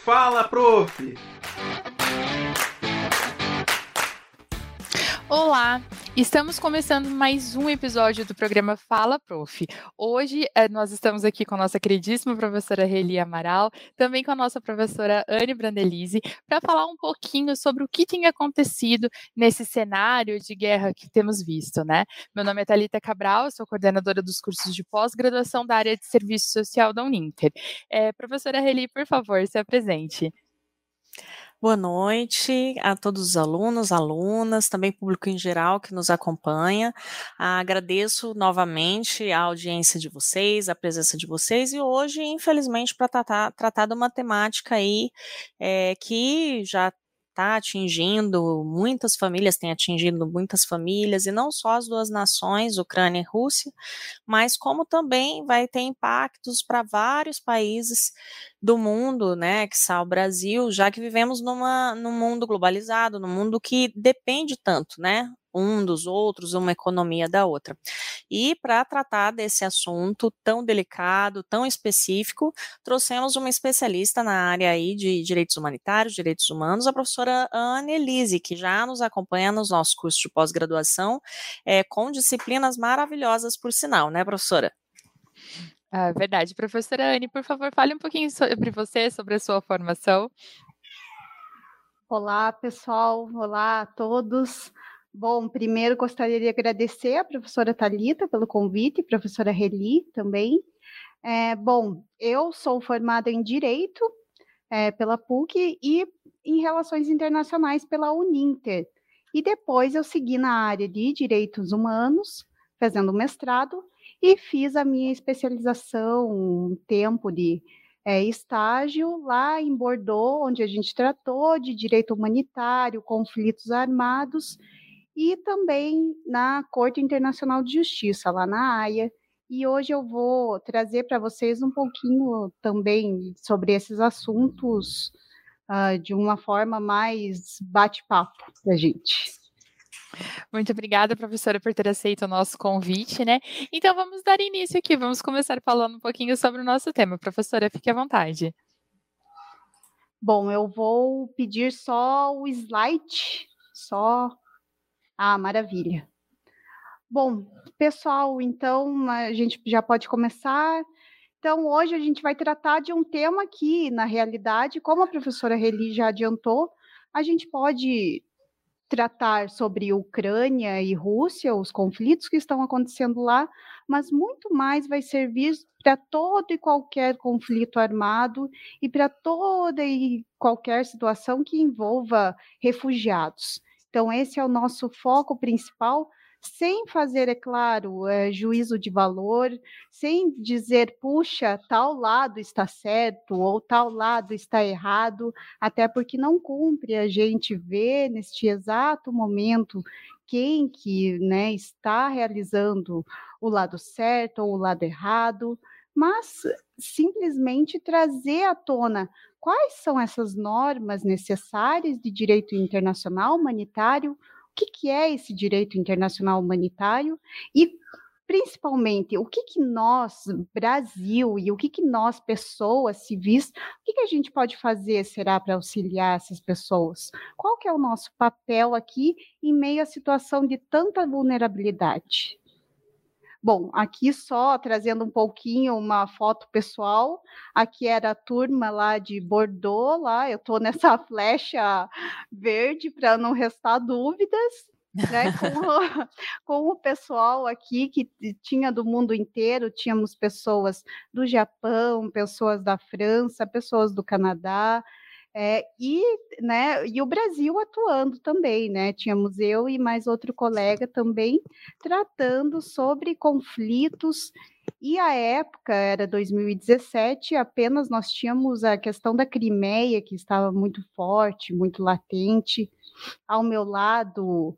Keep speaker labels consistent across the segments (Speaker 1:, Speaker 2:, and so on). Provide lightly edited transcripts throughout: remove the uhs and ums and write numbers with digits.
Speaker 1: Fala, prof!
Speaker 2: Olá, estamos começando mais um episódio do programa Fala, Prof. Hoje nós estamos aqui com a nossa queridíssima professora Reli Amaral, também com a nossa professora Anne Brandelize, para falar um pouquinho sobre o que tem acontecido nesse cenário de guerra que temos visto, né? Meu nome é Thalita Cabral, sou coordenadora dos cursos de pós-graduação da área de serviço social da Uninter. Professora Reli, por favor, se apresente.
Speaker 3: Boa noite a todos os alunos, alunas, também público em geral que nos acompanha. Agradeço novamente a audiência de vocês, a presença de vocês, e hoje, infelizmente, para tratar de uma temática aí que já está atingindo muitas famílias, tem atingido muitas famílias, e não só as duas nações, Ucrânia e Rússia, mas como também vai ter impactos para vários países do mundo, né, que são o Brasil, já que vivemos num mundo globalizado, num mundo que depende tanto, né, um dos outros, uma economia da outra. E para tratar desse assunto tão delicado, tão específico, trouxemos uma especialista na área aí de direitos humanitários, direitos humanos, a professora Anne Elise, que já nos acompanha nos nossos cursos de pós-graduação, com disciplinas maravilhosas, por sinal, né, professora?
Speaker 2: Verdade. Professora Anne, por favor, fale um pouquinho sobre você, sobre a sua formação.
Speaker 4: Olá, pessoal. Olá a todos. Bom, primeiro gostaria de agradecer a professora Thalita pelo convite, professora Reli também. Bom, eu sou formada em Direito pela PUC e em Relações Internacionais pela Uninter. E depois eu segui na área de Direitos Humanos, fazendo mestrado, e fiz a minha especialização, um tempo de estágio lá em Bordeaux, onde a gente tratou de direito humanitário, conflitos armados, e também na Corte Internacional de Justiça, lá na Haia. E hoje eu vou trazer para vocês um pouquinho também sobre esses assuntos de uma forma mais bate-papo da gente.
Speaker 2: Muito obrigada, professora, por ter aceito o nosso convite, né? Então vamos dar início aqui, vamos começar falando um pouquinho sobre o nosso tema. Professora, fique à vontade.
Speaker 4: Bom, eu vou pedir só o slide, maravilha. Bom, pessoal, então a gente já pode começar. Então, hoje a gente vai tratar de um tema que, na realidade, como a professora Reli já adiantou, a gente pode tratar sobre Ucrânia e Rússia, os conflitos que estão acontecendo lá, mas muito mais vai servir para todo e qualquer conflito armado e para toda e qualquer situação que envolva refugiados. Então, esse é o nosso foco principal, sem fazer, é claro, juízo de valor, sem dizer, puxa, tal lado está certo ou tal lado está errado, até porque não cumpre a gente ver neste exato momento quem que, né, está realizando o lado certo ou o lado errado, mas simplesmente trazer à tona quais são essas normas necessárias de direito internacional humanitário, o que é esse direito internacional humanitário e, principalmente, o que nós, Brasil, e o que nós, pessoas civis, o que a gente pode fazer, será, para auxiliar essas pessoas? Qual que é o nosso papel aqui em meio à situação de tanta vulnerabilidade? Bom, aqui só trazendo um pouquinho uma foto pessoal, aqui era a turma lá de Bordeaux, lá eu estou nessa flecha verde para não restar dúvidas, né, com o pessoal aqui que tinha do mundo inteiro, tínhamos pessoas do Japão, pessoas da França, pessoas do Canadá, e o Brasil atuando também, né? Tínhamos eu e mais outro colega também tratando sobre conflitos. E a época era 2017, apenas nós tínhamos a questão da Crimeia, que estava muito forte, muito latente. Ao meu lado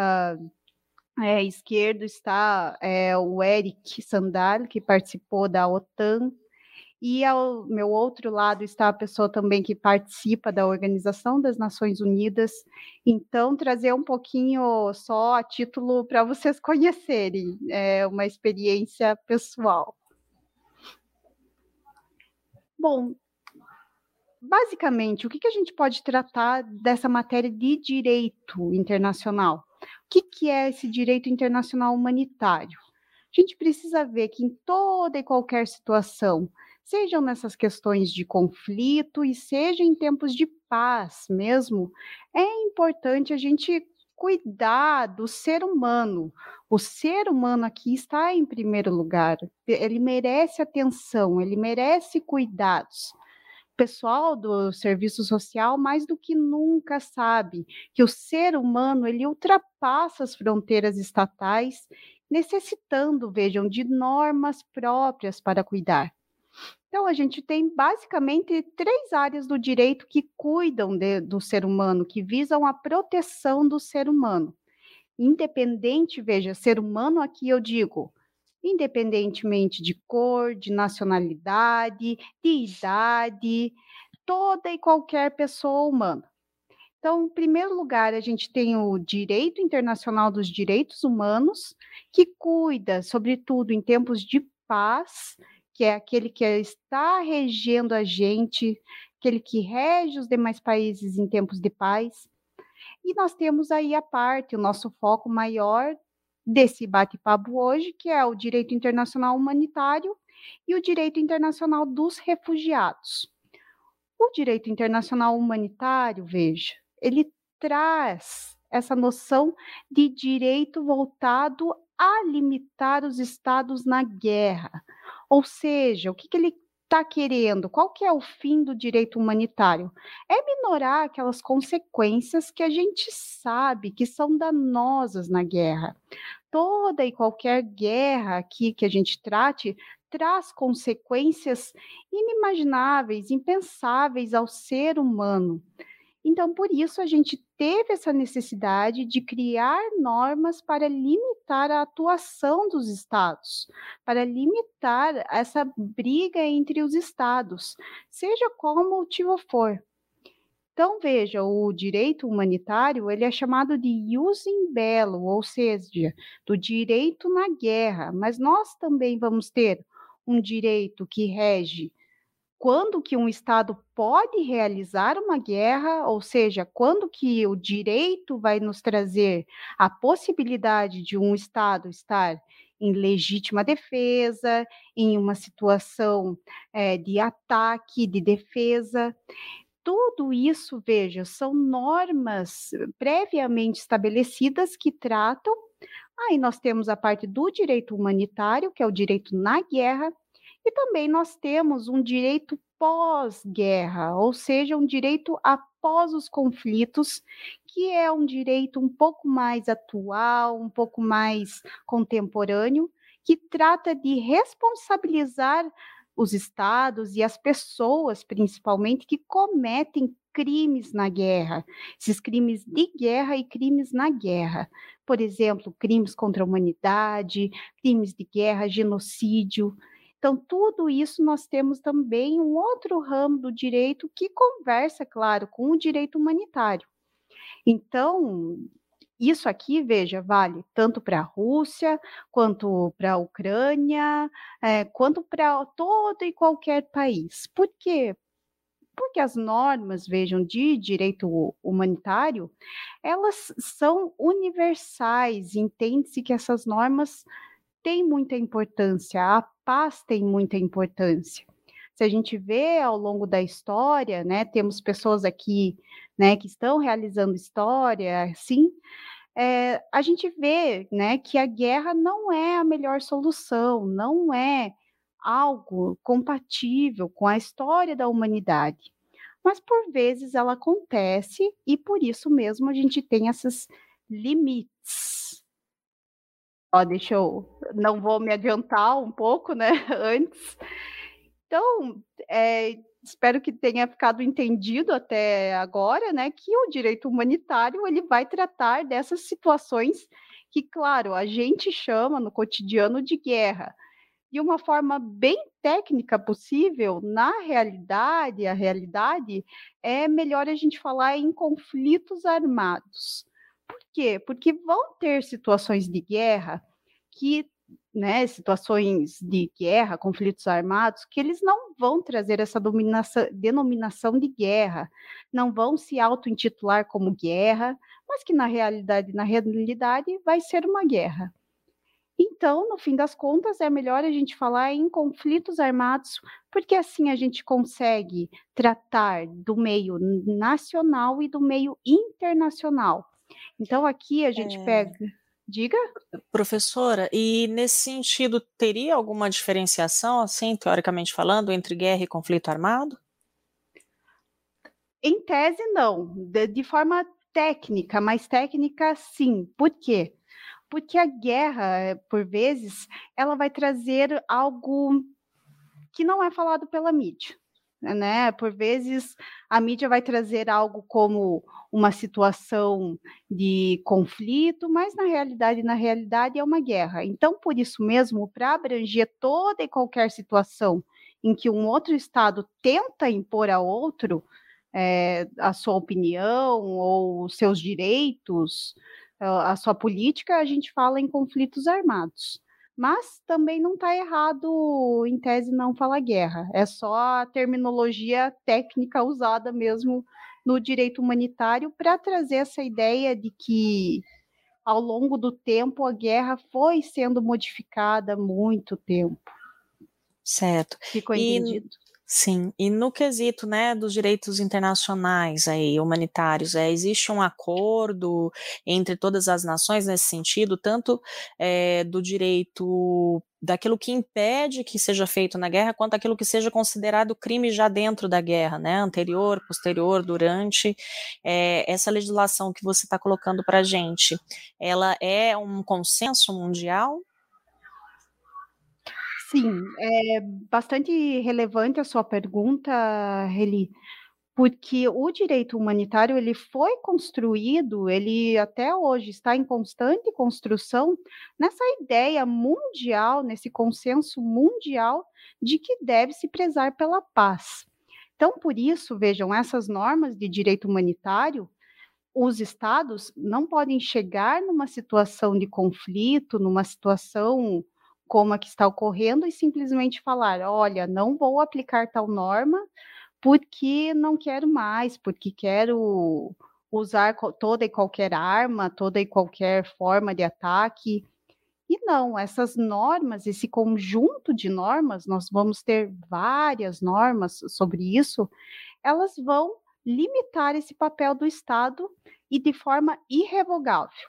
Speaker 4: esquerdo está o Eric Sandal, que participou da OTAN. E ao meu outro lado está a pessoa também que participa da Organização das Nações Unidas. Então, trazer um pouquinho só a título para vocês conhecerem, uma experiência pessoal. Bom, basicamente, o que a gente pode tratar dessa matéria de direito internacional? O que é esse direito internacional humanitário? A gente precisa ver que em toda e qualquer situação, sejam nessas questões de conflito e seja em tempos de paz mesmo, é importante a gente cuidar do ser humano. O ser humano aqui está em primeiro lugar. Ele merece atenção, ele merece cuidados. O pessoal do serviço social mais do que nunca sabe que o ser humano ele ultrapassa as fronteiras estatais, necessitando, vejam, de normas próprias para cuidar. Então, a gente tem basicamente 3 áreas do direito que cuidam do ser humano, que visam a proteção do ser humano. Independente, veja, ser humano aqui eu digo, independentemente de cor, de nacionalidade, de idade, toda e qualquer pessoa humana. Então, em primeiro lugar, a gente tem o Direito Internacional dos Direitos Humanos, que cuida, sobretudo em tempos de paz, que é aquele que está regendo a gente, aquele que rege os demais países em tempos de paz. E nós temos aí a parte, o nosso foco maior desse bate-papo hoje, que é o direito internacional humanitário e o direito internacional dos refugiados. O direito internacional humanitário, veja, ele traz essa noção de direito voltado a limitar os estados na guerra. Ou seja, o que ele está querendo? Qual que é o fim do direito humanitário? É minorar aquelas consequências que a gente sabe que são danosas na guerra. Toda e qualquer guerra aqui que a gente trate traz consequências inimagináveis, impensáveis ao ser humano. Então, por isso, a gente teve essa necessidade de criar normas para limitar a atuação dos estados, para limitar essa briga entre os estados, seja qual motivo for. Então, veja, o direito humanitário ele é chamado de ius in bello, ou seja, do direito na guerra, mas nós também vamos ter um direito que rege quando que um Estado pode realizar uma guerra, ou seja, quando que o direito vai nos trazer a possibilidade de um Estado estar em legítima defesa, em uma situação de ataque, de defesa. Tudo isso, veja, são normas previamente estabelecidas que tratam. Aí nós temos a parte do direito humanitário, que é o direito na guerra, e também nós temos um direito pós-guerra, ou seja, um direito após os conflitos, que é um direito um pouco mais atual, um pouco mais contemporâneo, que trata de responsabilizar os estados e as pessoas, principalmente, que cometem crimes na guerra, esses crimes de guerra e crimes na guerra. Por exemplo, crimes contra a humanidade, crimes de guerra, genocídio. Então, tudo isso nós temos também um outro ramo do direito que conversa, claro, com o direito humanitário. Então, isso aqui, veja, vale tanto para a Rússia, quanto para a Ucrânia, quanto para todo e qualquer país. Por quê? Porque as normas, vejam, de direito humanitário, elas são universais, entende-se que essas normas têm muita importância, a paz tem muita importância. Se a gente vê ao longo da história, né, temos pessoas aqui, né, que estão realizando história, assim, a gente vê, né, que a guerra não é a melhor solução, não é algo compatível com a história da humanidade. Mas, por vezes, ela acontece e, por isso mesmo, a gente tem esses limites. Ó, não vou me adiantar um pouco, né, antes. Então, espero que tenha ficado entendido até agora, né, que o direito humanitário ele vai tratar dessas situações que, claro, a gente chama no cotidiano de guerra. De uma forma bem técnica possível, na realidade, a realidade é melhor a gente falar em conflitos armados. Por quê? Porque vão ter situações de guerra que né, situações de guerra, conflitos armados, que eles não vão trazer essa denominação de guerra, não vão se auto-intitular como guerra, mas que na realidade vai ser uma guerra. Então, no fim das contas, é melhor a gente falar em conflitos armados, porque assim a gente consegue tratar do meio nacional e do meio internacional. Então, aqui a gente pega... Diga?
Speaker 3: Professora, e nesse sentido, teria alguma diferenciação, assim, teoricamente falando, entre guerra e conflito armado?
Speaker 4: Em tese, não. De forma técnica, mais técnica, sim. Por quê? Porque a guerra, por vezes, ela vai trazer algo que não é falado pela mídia, né? Por vezes, a mídia vai trazer algo como uma situação de conflito, mas na realidade é uma guerra. Então, por isso mesmo, para abranger toda e qualquer situação em que um outro Estado tenta impor a outro a sua opinião ou os seus direitos, a sua política, a gente fala em conflitos armados. Mas também não está errado, em tese, não falar guerra. É só a terminologia técnica usada mesmo no direito humanitário para trazer essa ideia de que, ao longo do tempo, a guerra foi sendo modificada há muito tempo.
Speaker 3: Certo.
Speaker 4: Ficou entendido?
Speaker 3: Sim, e no quesito, né, dos direitos internacionais aí, humanitários, existe um acordo entre todas as nações nesse sentido, tanto do direito daquilo que impede que seja feito na guerra, quanto aquilo que seja considerado crime já dentro da guerra, né, anterior, posterior, durante, essa legislação que você está colocando para a gente, ela é um consenso mundial?
Speaker 4: Sim, é bastante relevante a sua pergunta, Reli, porque o direito humanitário ele foi construído, ele até hoje está em constante construção nessa ideia mundial, nesse consenso mundial de que deve se prezar pela paz. Então, por isso, vejam, essas normas de direito humanitário, os estados não podem chegar numa situação de conflito, numa situação como a que está ocorrendo, e simplesmente falar: olha, não vou aplicar tal norma porque não quero mais, porque quero usar toda e qualquer arma, toda e qualquer forma de ataque. E não, essas normas, esse conjunto de normas, nós vamos ter várias normas sobre isso, elas vão limitar esse papel do Estado e de forma irrevogável.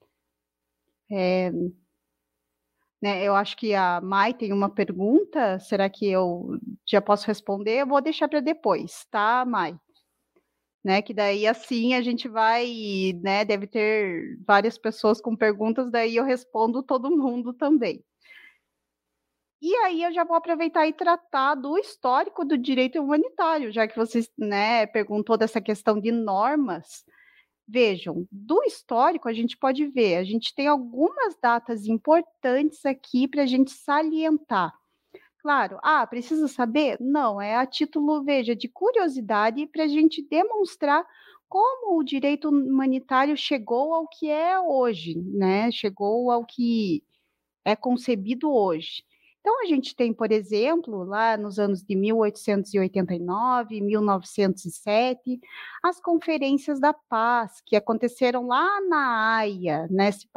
Speaker 4: Né, eu acho que a Mai tem uma pergunta, será que eu já posso responder? Eu vou deixar para depois, tá, Mai? Né, que daí assim a gente vai, né, deve ter várias pessoas com perguntas, daí eu respondo todo mundo também. E aí eu já vou aproveitar e tratar do histórico do direito humanitário, já que você, né, perguntou dessa questão de normas. Vejam, do histórico a gente pode ver, a gente tem algumas datas importantes aqui para a gente salientar. Claro, precisa saber? Não, é a título, veja, de curiosidade para a gente demonstrar como o direito humanitário chegou ao que é hoje, né? Chegou ao que é concebido hoje. Então, a gente tem, por exemplo, lá nos anos de 1889, 1907, as conferências da paz, que aconteceram lá na Haia, nesse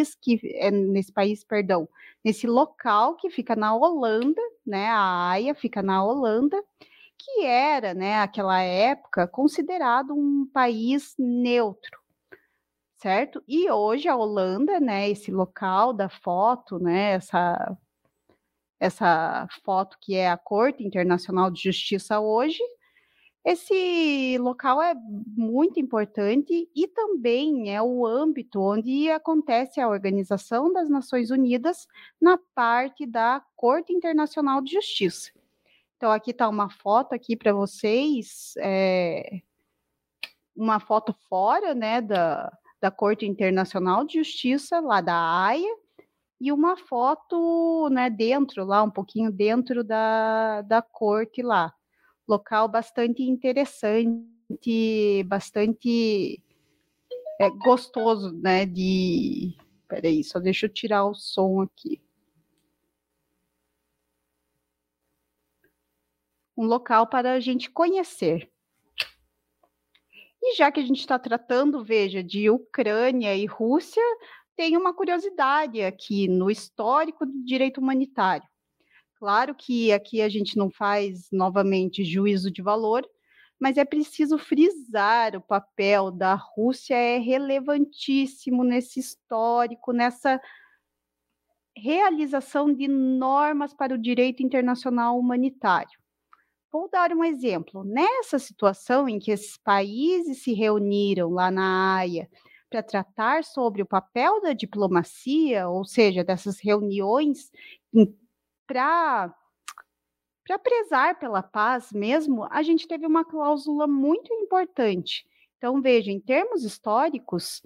Speaker 4: local que fica na Holanda, né? A Haia fica na Holanda, que era, né, aquela época, considerado um país neutro, certo? E hoje a Holanda, né, esse local da foto, né, essa foto que é a Corte Internacional de Justiça hoje, esse local é muito importante e também é o âmbito onde acontece a Organização das Nações Unidas na parte da Corte Internacional de Justiça. Então, aqui está uma foto aqui para vocês, uma foto fora, né, da Corte Internacional de Justiça, lá da Haia, e uma foto, né, dentro lá, um pouquinho dentro da corte lá. Local bastante interessante, bastante gostoso, né, Peraí, só deixa eu tirar o som aqui. um local para a gente conhecer. E já que a gente está tratando, veja, de Ucrânia e Rússia, tem uma curiosidade aqui no histórico do direito humanitário. Claro que aqui a gente não faz novamente juízo de valor, mas é preciso frisar o papel da Rússia é relevantíssimo nesse histórico, nessa realização de normas para o direito internacional humanitário. Vou dar um exemplo. Nessa situação em que esses países se reuniram lá na Haia para tratar sobre o papel da diplomacia, ou seja, dessas reuniões para prezar pela paz mesmo, a gente teve uma cláusula muito importante. Então, veja, em termos históricos,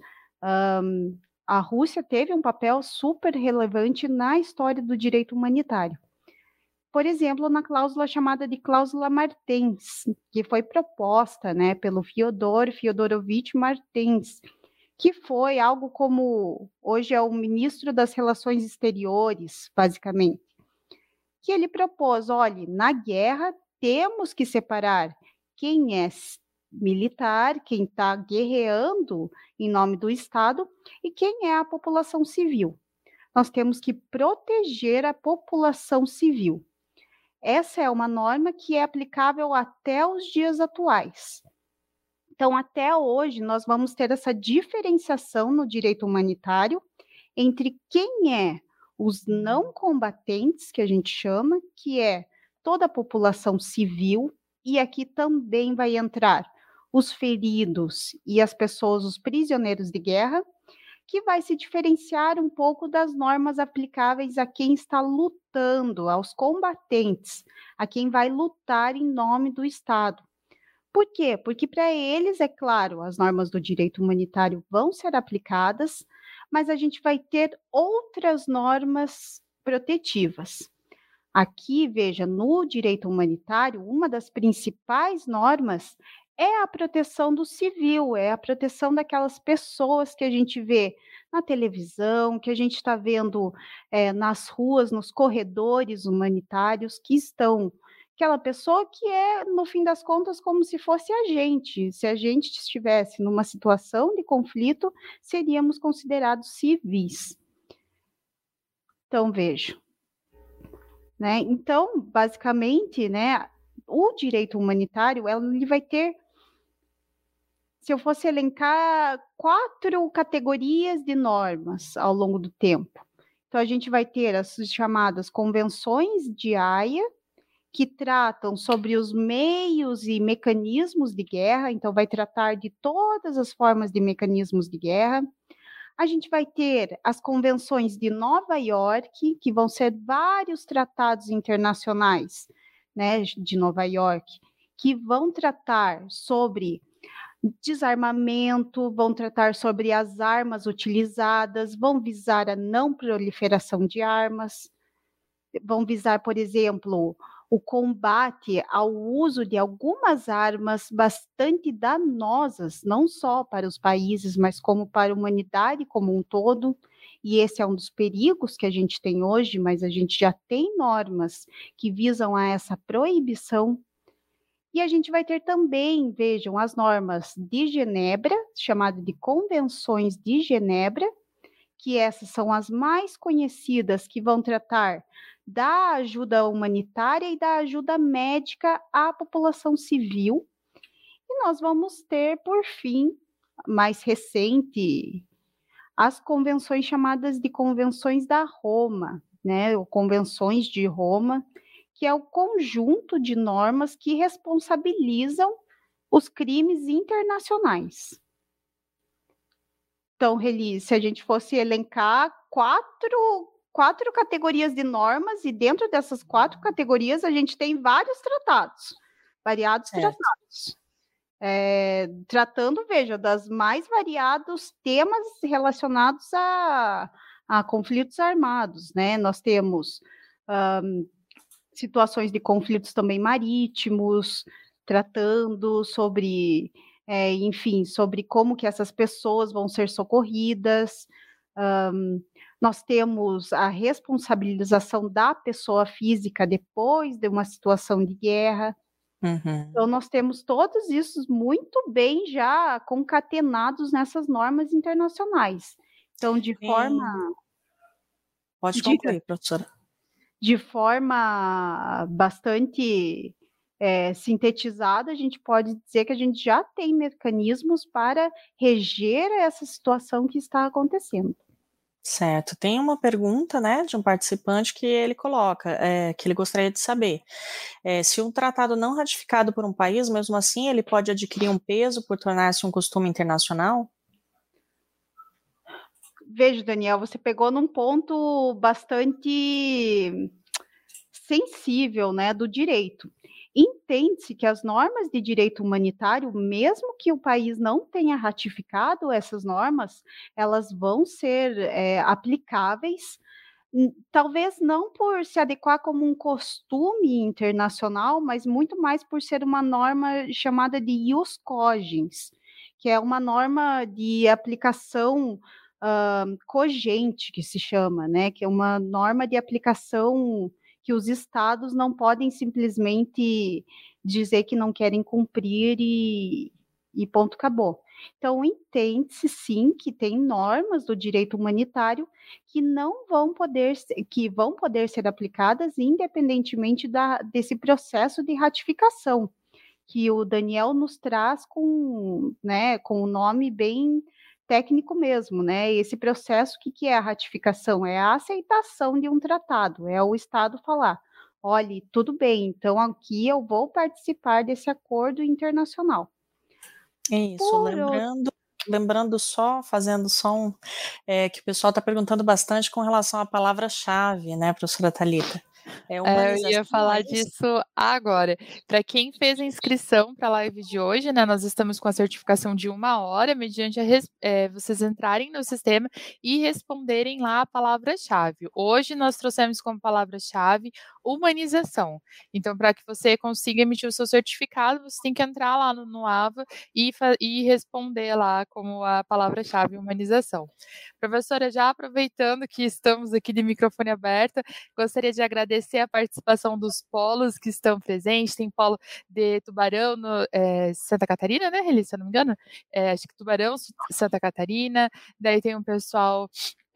Speaker 4: a Rússia teve um papel super relevante na história do direito humanitário. Por exemplo, na cláusula chamada de cláusula Martens, que foi proposta, né, pelo Fyodor Fyodorovich Martens, que foi algo como, hoje é o ministro das Relações Exteriores, basicamente, que ele propôs, olha, na guerra temos que separar quem é militar, quem está guerreando em nome do Estado e quem é a população civil. Nós temos que proteger a população civil. Essa é uma norma que é aplicável até os dias atuais. Então, até hoje, nós vamos ter essa diferenciação no direito humanitário entre quem é os não combatentes, que a gente chama, que é toda a população civil, e aqui também vai entrar os feridos e as pessoas, os prisioneiros de guerra, que vai se diferenciar um pouco das normas aplicáveis a quem está lutando, aos combatentes, a quem vai lutar em nome do Estado. Por quê? Porque para eles, é claro, as normas do direito humanitário vão ser aplicadas, mas a gente vai ter outras normas protetivas. Aqui, veja, no direito humanitário, uma das principais normas é a proteção do civil, é a proteção daquelas pessoas que a gente vê na televisão, que a gente está vendo nas ruas, nos corredores humanitários, que estão aquela pessoa que é, no fim das contas, como se fosse a gente. Se a gente estivesse numa situação de conflito, seríamos considerados civis. Então, vejo. Né? Então, basicamente, né, o direito humanitário ele vai ter, se eu fosse elencar, 4 categorias de normas ao longo do tempo. Então, a gente vai ter as chamadas convenções de Haia, que tratam sobre os meios e mecanismos de guerra, então vai tratar de todas as formas de mecanismos de guerra. A gente vai ter as convenções de Nova York, que vão ser vários tratados internacionais, né, de Nova York, que vão tratar sobre desarmamento, vão tratar sobre as armas utilizadas, vão visar a não proliferação de armas, vão visar, por exemplo, o combate ao uso de algumas armas bastante danosas, não só para os países, mas como para a humanidade como um todo. E esse é um dos perigos que a gente tem hoje, mas a gente já tem normas que visam a essa proibição. E a gente vai ter também, vejam, as normas de Genebra, chamado de Convenções de Genebra, que essas são as mais conhecidas, que vão tratar da ajuda humanitária e da ajuda médica à população civil. E nós vamos ter, por fim, mais recente, as convenções chamadas de Convenções da Roma, né, ou Convenções de Roma, que é o conjunto de normas que responsabilizam os crimes internacionais. Então, Reli, se a gente fosse elencar quatro categorias de normas, e dentro dessas 4 categorias a gente tem vários tratados, variados tratados, tratando, veja, das mais variados temas relacionados a conflitos armados, né? Nós temos situações de conflitos também marítimos, tratando sobre, enfim, sobre como que essas pessoas vão ser socorridas. Nós temos a responsabilização da pessoa física depois de uma situação de guerra. Então, nós temos todos isso muito bem já concatenados nessas normas internacionais. Então, de forma...
Speaker 3: Pode
Speaker 4: Diga.
Speaker 3: concluir, professora.
Speaker 4: De forma bastante sintetizada, a gente pode dizer que a gente já tem mecanismos para reger essa situação que está acontecendo.
Speaker 3: Certo. Tem uma pergunta, né, de um participante que ele coloca, que ele gostaria de saber. Se um tratado não ratificado por um país, mesmo assim, ele pode adquirir um peso por tornar-se um costume internacional?
Speaker 4: Veja, Daniel, você pegou num ponto bastante sensível, né, do direito. Entende-se que as normas de direito humanitário, mesmo que o país não tenha ratificado essas normas, elas vão ser aplicáveis, talvez não por se adequar como um costume internacional, mas muito mais por ser uma norma chamada de ius cogens, que é uma norma de aplicação cogente, que se chama, né, que é uma norma de aplicação que os estados não podem simplesmente dizer que não querem cumprir e ponto, acabou. Então, entende-se sim que tem normas do direito humanitário que vão poder ser aplicadas independentemente desse processo de ratificação, que o Daniel nos traz com, né, com o nome bem técnico mesmo, né? Esse processo, o que é a ratificação? É a aceitação de um tratado, é o Estado falar, olhe, tudo bem, então aqui eu vou participar desse acordo internacional.
Speaker 3: Isso, lembrando só, fazendo só que o pessoal está perguntando bastante com relação à palavra-chave, né, professora Thalita?
Speaker 2: Eu ia falar disso agora. Para quem fez a inscrição para a live de hoje, né, nós estamos com a certificação de 1 hora, mediante vocês entrarem no sistema e responderem lá a palavra-chave. Hoje nós trouxemos como palavra-chave humanização. Então, para que você consiga emitir o seu certificado, você tem que entrar lá no AVA e responder lá como a palavra-chave humanização. Professora, já aproveitando que estamos aqui de microfone aberto, gostaria de agradecer a participação dos polos que estão presentes. Tem polo de Tubarão, Santa Catarina, né, Reli, se eu não me engano? Acho que Tubarão, Santa Catarina. Daí tem um pessoal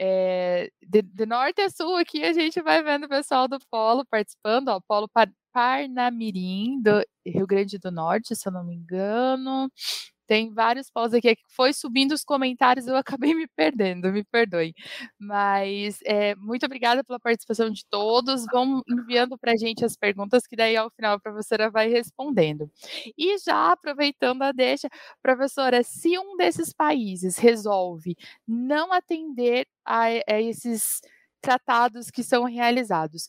Speaker 2: de norte a sul aqui, a gente vai vendo o pessoal do polo participando, ó, polo Parnamirim, do Rio Grande do Norte, se eu não me engano. Tem vários polos aqui que foi subindo os comentários, eu acabei me perdendo, me perdoem. Mas muito obrigada pela participação de todos. Vão enviando para a gente as perguntas, que daí ao final a professora vai respondendo. E já aproveitando a deixa, professora, se um desses países resolve não atender a esses tratados que são realizados,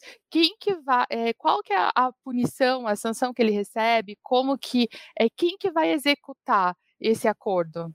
Speaker 2: qual que é a punição, a sanção que ele recebe, quem que vai executar esse acordo?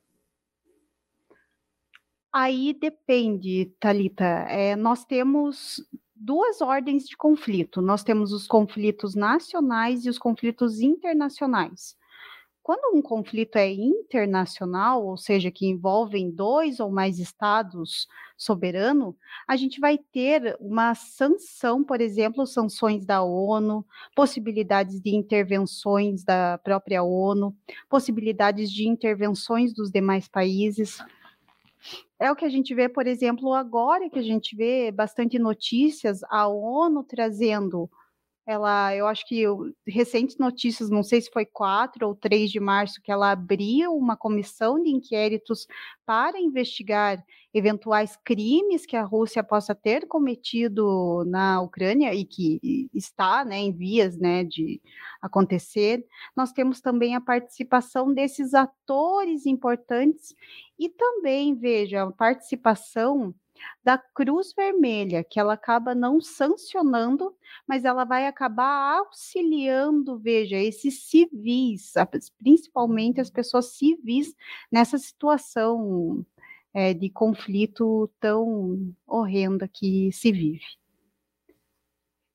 Speaker 4: Aí depende, Thalita. Nós temos duas ordens de conflito. Nós temos os conflitos nacionais e os conflitos internacionais. Quando um conflito é internacional, ou seja, que envolvem 2 ou mais estados soberanos, a gente vai ter uma sanção, por exemplo, sanções da ONU, possibilidades de intervenções da própria ONU, possibilidades de intervenções dos demais países. É o que a gente vê, por exemplo, agora que a gente vê bastante notícias, a ONU trazendo eu acho que recentes notícias, não sei se foi 4 ou 3 de março, que ela abriu uma comissão de inquéritos para investigar eventuais crimes que a Rússia possa ter cometido na Ucrânia e que está, né, em vias, né, de acontecer. Nós temos também a participação desses atores importantes e também, veja, a participação da Cruz Vermelha, que ela acaba não sancionando, mas ela vai acabar auxiliando, veja, esses civis, principalmente as pessoas civis, nessa situação de conflito tão horrenda que se vive.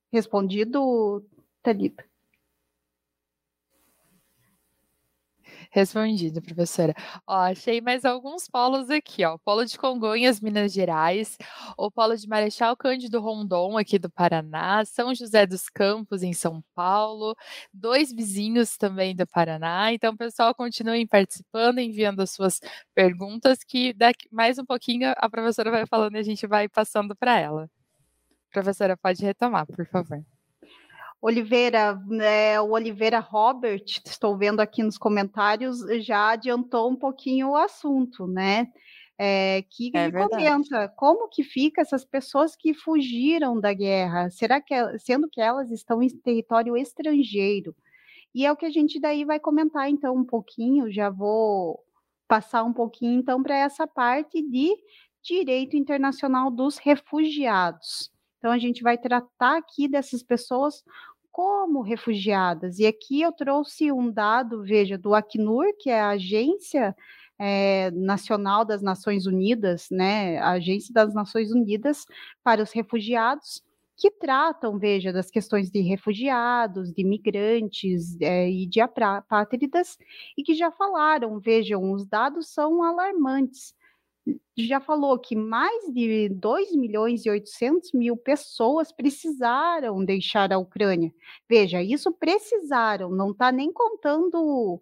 Speaker 4: Respondido, Thalita?
Speaker 2: Respondido, professora. Ó, achei mais alguns polos aqui, ó. O polo de Congonhas, Minas Gerais, o polo de Marechal Cândido Rondon, aqui do Paraná, São José dos Campos, em São Paulo, 2 vizinhos também do Paraná. Então, pessoal, continuem participando, enviando as suas perguntas, que daqui mais um pouquinho a professora vai falando e a gente vai passando para ela. Professora, pode retomar, por favor.
Speaker 4: Oliveira, o Oliveira Robert, estou vendo aqui nos comentários, já adiantou um pouquinho o assunto, né? Que ele comenta como que fica essas pessoas que fugiram da guerra, sendo que elas estão em território estrangeiro? E é o que a gente daí vai comentar então um pouquinho, já vou passar um pouquinho então para essa parte de direito internacional dos refugiados. Então a gente vai tratar aqui dessas pessoas como refugiadas. E aqui eu trouxe um dado, veja, do Acnur, que é a Agência Nacional das Nações Unidas, né? A Agência das Nações Unidas para os Refugiados, que tratam, veja, das questões de refugiados, de migrantes e de apátridas, e que já falaram, vejam, os dados são alarmantes. Já falou que mais de 2.800.000 pessoas precisaram deixar a Ucrânia. Veja, isso precisaram, não está nem contando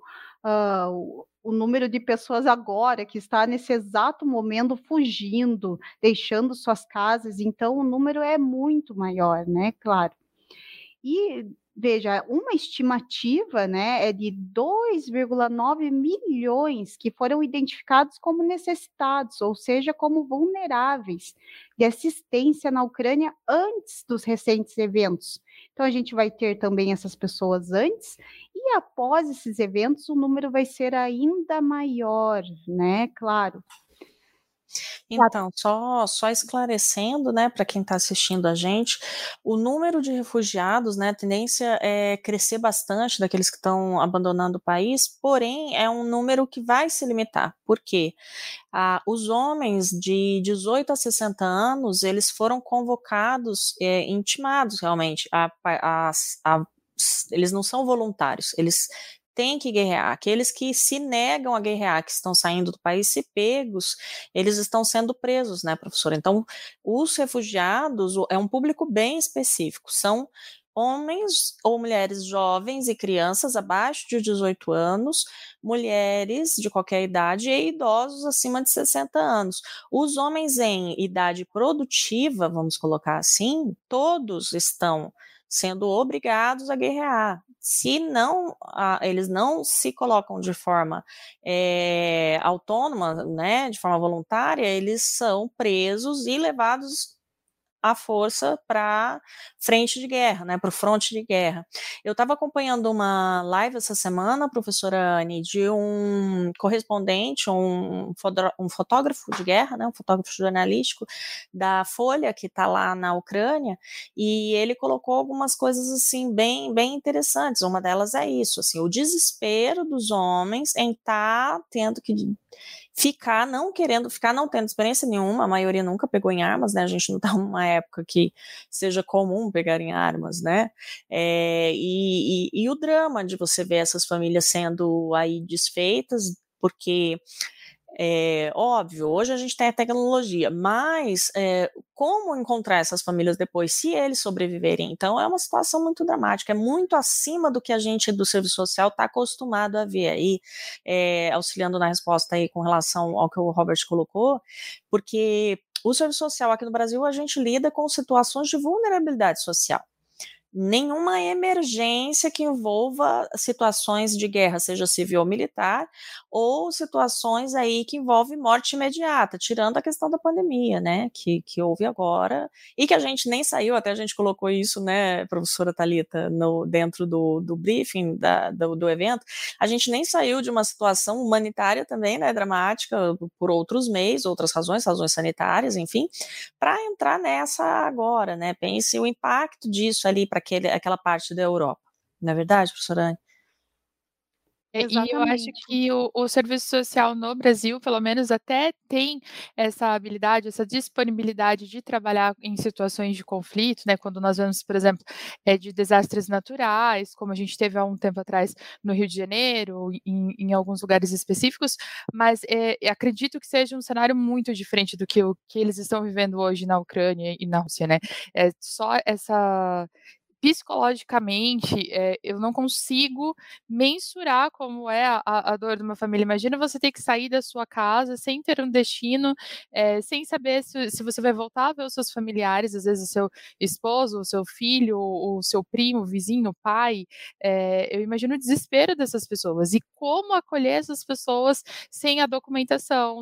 Speaker 4: o número de pessoas agora que está nesse exato momento fugindo, deixando suas casas, então o número é muito maior, né? Claro. E veja, uma estimativa, né, é de 2,9 milhões que foram identificados como necessitados, ou seja, como vulneráveis de assistência na Ucrânia antes dos recentes eventos. Então, a gente vai ter também essas pessoas antes, e após esses eventos, o número vai ser ainda maior, né? Claro.
Speaker 3: Então, só esclarecendo, né, para quem está assistindo a gente, o número de refugiados, né, a tendência é crescer bastante daqueles que estão abandonando o país, porém é um número que vai se limitar. Por quê? Os homens de 18 a 60 anos, eles foram convocados, intimados realmente, eles não são voluntários, eles têm que guerrear. Aqueles que se negam a guerrear, que estão saindo do país, se pegos, eles estão sendo presos, né, professora? Então, os refugiados é um público bem específico, são homens ou mulheres jovens e crianças abaixo de 18 anos, mulheres de qualquer idade e idosos acima de 60 anos. Os homens em idade produtiva, vamos colocar assim, todos estão sendo obrigados a guerrear. Se não, eles não se colocam de forma autônoma, né, de forma voluntária, eles são presos e levados à força para frente de guerra, né, para o fronte de guerra. Eu estava acompanhando uma live essa semana, professora Anne, de um correspondente, um fotógrafo de guerra, né, um fotógrafo jornalístico da Folha, que está lá na Ucrânia, e ele colocou algumas coisas assim bem, bem interessantes. Uma delas é isso, assim, o desespero dos homens em estar tendo que ficar não tendo experiência nenhuma, a maioria nunca pegou em armas, né, a gente não está numa época que seja comum pegar em armas, né, e o drama de você ver essas famílias sendo aí desfeitas, porque óbvio, hoje a gente tem a tecnologia, mas como encontrar essas famílias depois, se eles sobreviverem? Então é uma situação muito dramática, é muito acima do que a gente do serviço social está acostumado a ver aí, auxiliando na resposta aí com relação ao que o Robert colocou, porque o serviço social aqui no Brasil a gente lida com situações de vulnerabilidade social. Nenhuma emergência que envolva situações de guerra, seja civil ou militar, ou situações aí que envolvem morte imediata, tirando a questão da pandemia, né, que houve agora, e que a gente nem saiu, até a gente colocou isso, né, professora Thalita, dentro do briefing do evento, a gente nem saiu de uma situação humanitária também, né, dramática, por outros meios, outras razões sanitárias, enfim, para entrar nessa agora, né, pense o impacto disso ali para aquela parte da Europa. Não é verdade, professora Anne?
Speaker 2: E eu acho
Speaker 4: Exatamente.
Speaker 2: que o serviço social no Brasil, pelo menos, até tem essa habilidade, essa disponibilidade de trabalhar em situações de conflito, né, quando nós vemos, por exemplo, de desastres naturais, como a gente teve há um tempo atrás no Rio de Janeiro, em alguns lugares específicos, mas acredito que seja um cenário muito diferente do que o que eles estão vivendo hoje na Ucrânia e na Rússia, né? Só essa psicologicamente, eu não consigo mensurar como é a dor de uma família. Imagina você ter que sair da sua casa sem ter um destino, sem saber se você vai voltar a ver os seus familiares, às vezes o seu esposo, o seu filho, o seu primo, o vizinho, o pai. Eu imagino o desespero dessas pessoas e como acolher essas pessoas sem a documentação,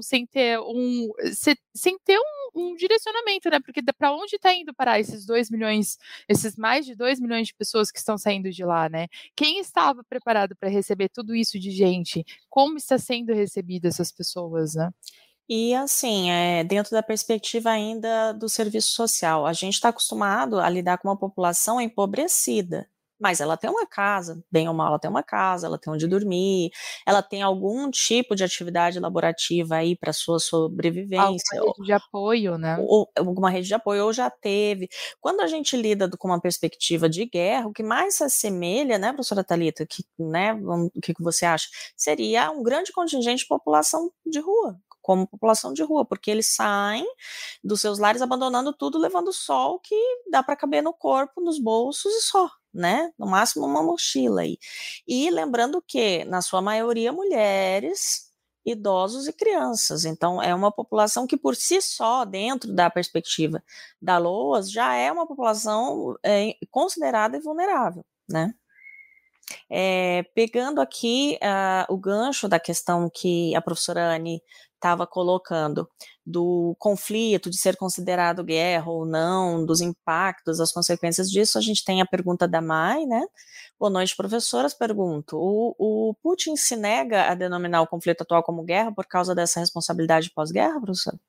Speaker 2: sem ter um direcionamento, né? Porque para onde está indo parar esses 2 milhões, esses mais de 2 milhões de pessoas que estão saindo de lá, né? Quem estava preparado para receber tudo isso de gente? Como está sendo recebida essas pessoas, né?
Speaker 3: E assim, dentro da perspectiva ainda do serviço social, a gente está acostumado a lidar com uma população empobrecida, mas ela tem uma casa, bem ou mal, ela tem uma casa, ela tem onde dormir, ela tem algum tipo de atividade laborativa aí para sua sobrevivência,
Speaker 2: Alguma rede de apoio, né?
Speaker 3: ou alguma rede de apoio, ou já teve. Quando a gente lida com uma perspectiva de guerra, o que mais se assemelha, né, professora Thalita, o que você acha? Seria um grande contingente de população de rua, como população de rua, porque eles saem dos seus lares abandonando tudo, levando só o que dá para caber no corpo, nos bolsos e só, né? No máximo uma mochila aí. E lembrando que, na sua maioria, mulheres, idosos e crianças. Então, é uma população que, por si só, dentro da perspectiva da LOAS, já é uma população considerada e vulnerável, né? Pegando aqui o gancho da questão que a professora Anne estava colocando, do conflito, de ser considerado guerra ou não, dos impactos, das consequências disso, a gente tem a pergunta da Mai, né? Boa noite, professoras. Pergunto, o Putin se nega a denominar o conflito atual como guerra por causa dessa responsabilidade pós-guerra, professora?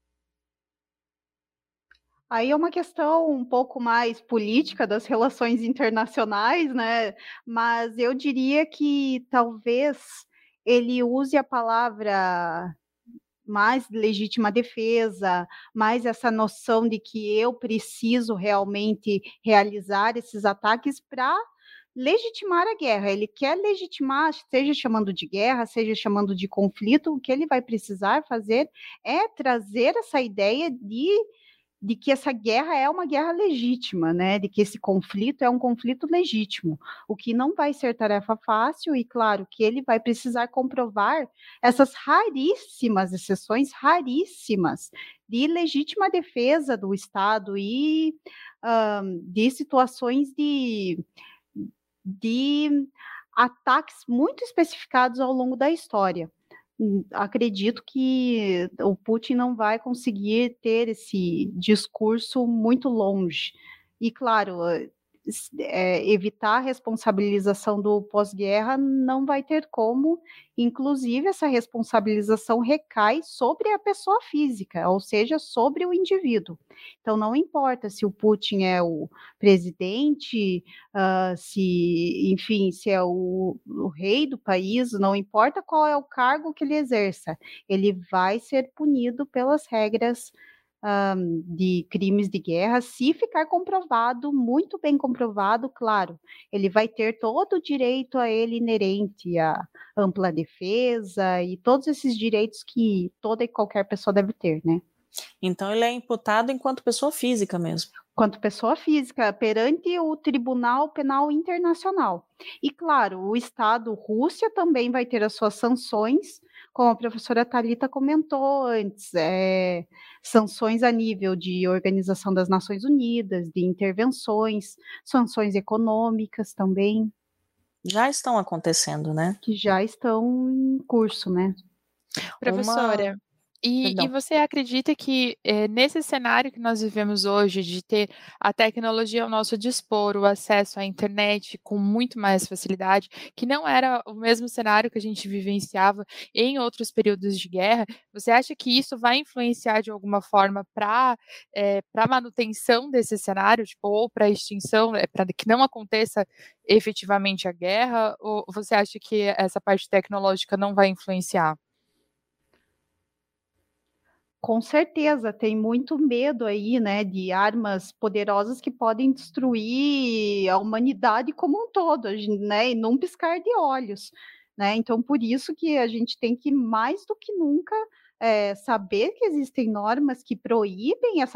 Speaker 4: Aí é uma questão um pouco mais política das relações internacionais, né? Mas eu diria que talvez ele use a palavra mais legítima defesa, mais essa noção de que eu preciso realmente realizar esses ataques para legitimar a guerra. Ele quer legitimar, seja chamando de guerra, seja chamando de conflito, o que ele vai precisar fazer é trazer essa ideia de que essa guerra é uma guerra legítima, né? De que esse conflito é um conflito legítimo, o que não vai ser tarefa fácil, e claro que ele vai precisar comprovar essas raríssimas exceções, raríssimas, de legítima defesa do Estado e de situações de ataques muito especificados ao longo da história. Acredito que o Putin não vai conseguir ter esse discurso muito longe. E, claro, evitar a responsabilização do pós-guerra não vai ter como, inclusive essa responsabilização recai sobre a pessoa física, ou seja, sobre o indivíduo. Então, não importa se o Putin é o presidente, enfim, se é o rei do país, não importa qual é o cargo que ele exerça, ele vai ser punido pelas regras de crimes de guerra, se ficar comprovado, muito bem comprovado, claro, ele vai ter todo o direito a ele inerente à ampla defesa e todos esses direitos que toda e qualquer pessoa deve ter, né?
Speaker 3: Então ele é imputado enquanto pessoa física mesmo.
Speaker 4: Quanto pessoa física, perante o Tribunal Penal Internacional. E, claro, o Estado Rússia também vai ter as suas sanções, como a professora Thalita comentou antes, sanções a nível de Organização das Nações Unidas, de intervenções, sanções econômicas também.
Speaker 3: Já estão acontecendo, né?
Speaker 4: Que já estão em curso, né?
Speaker 2: Professora, E você acredita que nesse cenário que nós vivemos hoje, de ter a tecnologia ao nosso dispor, o acesso à internet com muito mais facilidade, que não era o mesmo cenário que a gente vivenciava em outros períodos de guerra, você acha que isso vai influenciar de alguma forma para a manutenção desse cenário, tipo, ou para a extinção, para que não aconteça efetivamente a guerra, ou você acha que essa parte tecnológica não vai influenciar?
Speaker 4: Com certeza, tem muito medo aí, né, de armas poderosas que podem destruir a humanidade como um todo, né, e num piscar de olhos, né? Então, por isso que a gente tem que, mais do que nunca, saber que existem normas que proíbem essa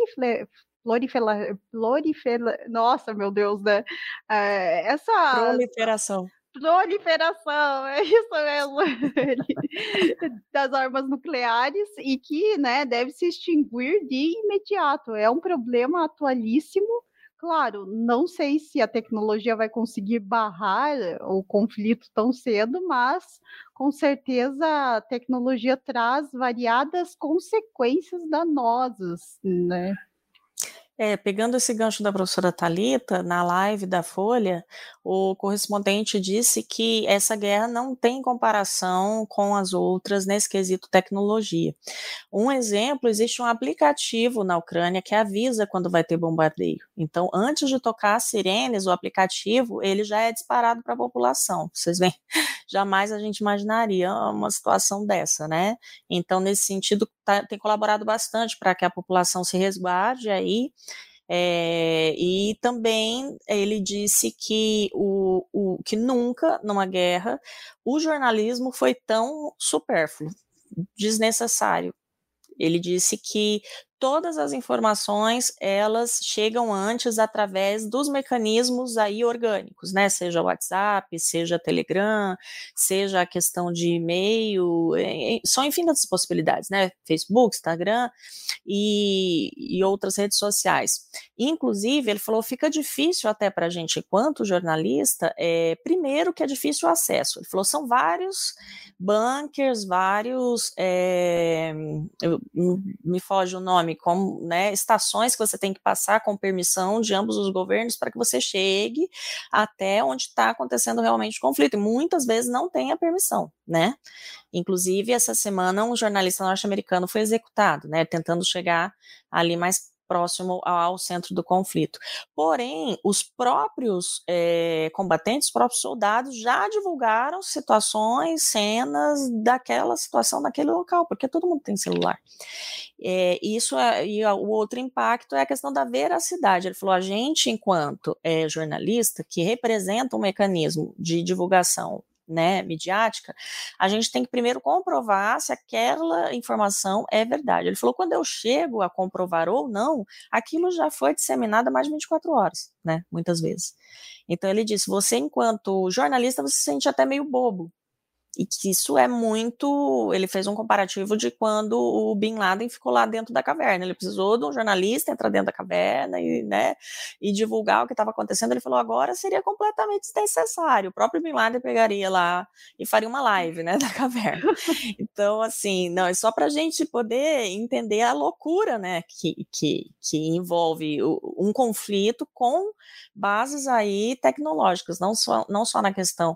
Speaker 4: nossa, meu Deus, né? Essa
Speaker 3: Proliferação.
Speaker 4: proliferação, é isso mesmo, das armas nucleares e que, né, deve se extinguir de imediato. É um problema atualíssimo. Claro, não sei se a tecnologia vai conseguir barrar o conflito tão cedo, mas com certeza a tecnologia traz variadas consequências danosas, né?
Speaker 3: Pegando esse gancho da professora Thalita, na live da Folha, o correspondente disse que essa guerra não tem comparação com as outras nesse quesito tecnologia. Um exemplo, existe um aplicativo na Ucrânia que avisa quando vai ter bombardeio. Então, antes de tocar as sirenes, o aplicativo, ele já é disparado para a população. Vocês veem, jamais a gente imaginaria uma situação dessa, né? Então, nesse sentido, tem colaborado bastante para que a população se resguarde aí. E também ele disse que, que nunca, numa guerra, o jornalismo foi tão supérfluo, desnecessário. Ele disse que todas as informações, elas chegam antes através dos mecanismos aí orgânicos, né, seja o WhatsApp, seja Telegram, seja a questão de e-mail, são infinitas possibilidades, né, Facebook, Instagram e outras redes sociais. Inclusive, ele falou, fica difícil até para a gente, enquanto jornalista, primeiro que é difícil o acesso. Ele falou, são vários bunkers, vários, me foge o nome, como, né, estações que você tem que passar com permissão de ambos os governos para que você chegue até onde está acontecendo realmente o conflito. E muitas vezes não tem a permissão, né? Inclusive, essa semana, um jornalista norte-americano foi executado, né, tentando chegar ali mais próximo ao centro do conflito. Porém, os próprios combatentes, os próprios soldados já divulgaram situações, cenas daquela situação, daquele local, porque todo mundo tem celular. E o outro impacto é a questão da veracidade. Ele falou, a gente, enquanto jornalista, que representa um mecanismo de divulgação, né, midiática, a gente tem que primeiro comprovar se aquela informação é verdade. Ele falou, quando eu chego a comprovar ou não, aquilo já foi disseminado há mais de 24 horas, né, muitas vezes. Então ele disse, você enquanto jornalista, você se sente até meio bobo, e que isso é muito... Ele fez um comparativo de quando o Bin Laden ficou lá dentro da caverna. Ele precisou de um jornalista entrar dentro da caverna e divulgar o que estava acontecendo. Ele falou, agora seria completamente desnecessário. O próprio Bin Laden pegaria lá e faria uma live, né, da caverna. Então, assim, não, é só para a gente poder entender a loucura, né, que envolve um conflito com bases aí tecnológicas, não só na questão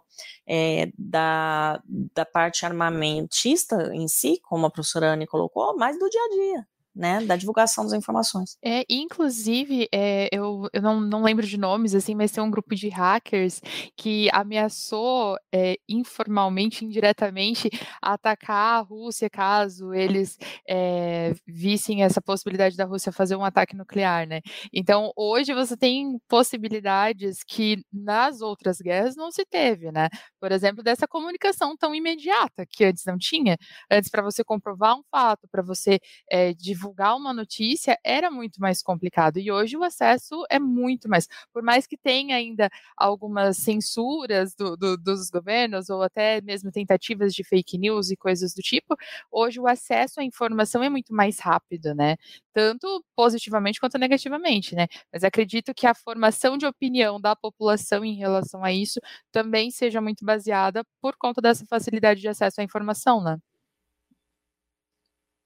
Speaker 3: da parte armamentista em si, como a professora Anne colocou, mas do dia a dia, né, da divulgação das informações.
Speaker 2: Inclusive, eu não lembro de nomes, assim, mas tem um grupo de hackers que ameaçou informalmente, indiretamente, atacar a Rússia caso eles vissem essa possibilidade da Rússia fazer um ataque nuclear, né? Então, hoje você tem possibilidades que nas outras guerras não se teve, né? Por exemplo, dessa comunicação tão imediata que antes não tinha. Antes, para você comprovar um fato, para você divulgar uma notícia, era muito mais complicado. E hoje o acesso é muito mais. Por mais que tenha ainda algumas censuras dos governos, ou até mesmo tentativas de fake news e coisas do tipo, hoje o acesso à informação é muito mais rápido, né? Tanto positivamente quanto negativamente, né? Mas acredito que a formação de opinião da população em relação a isso também seja muito baseada por conta dessa facilidade de acesso à informação, né?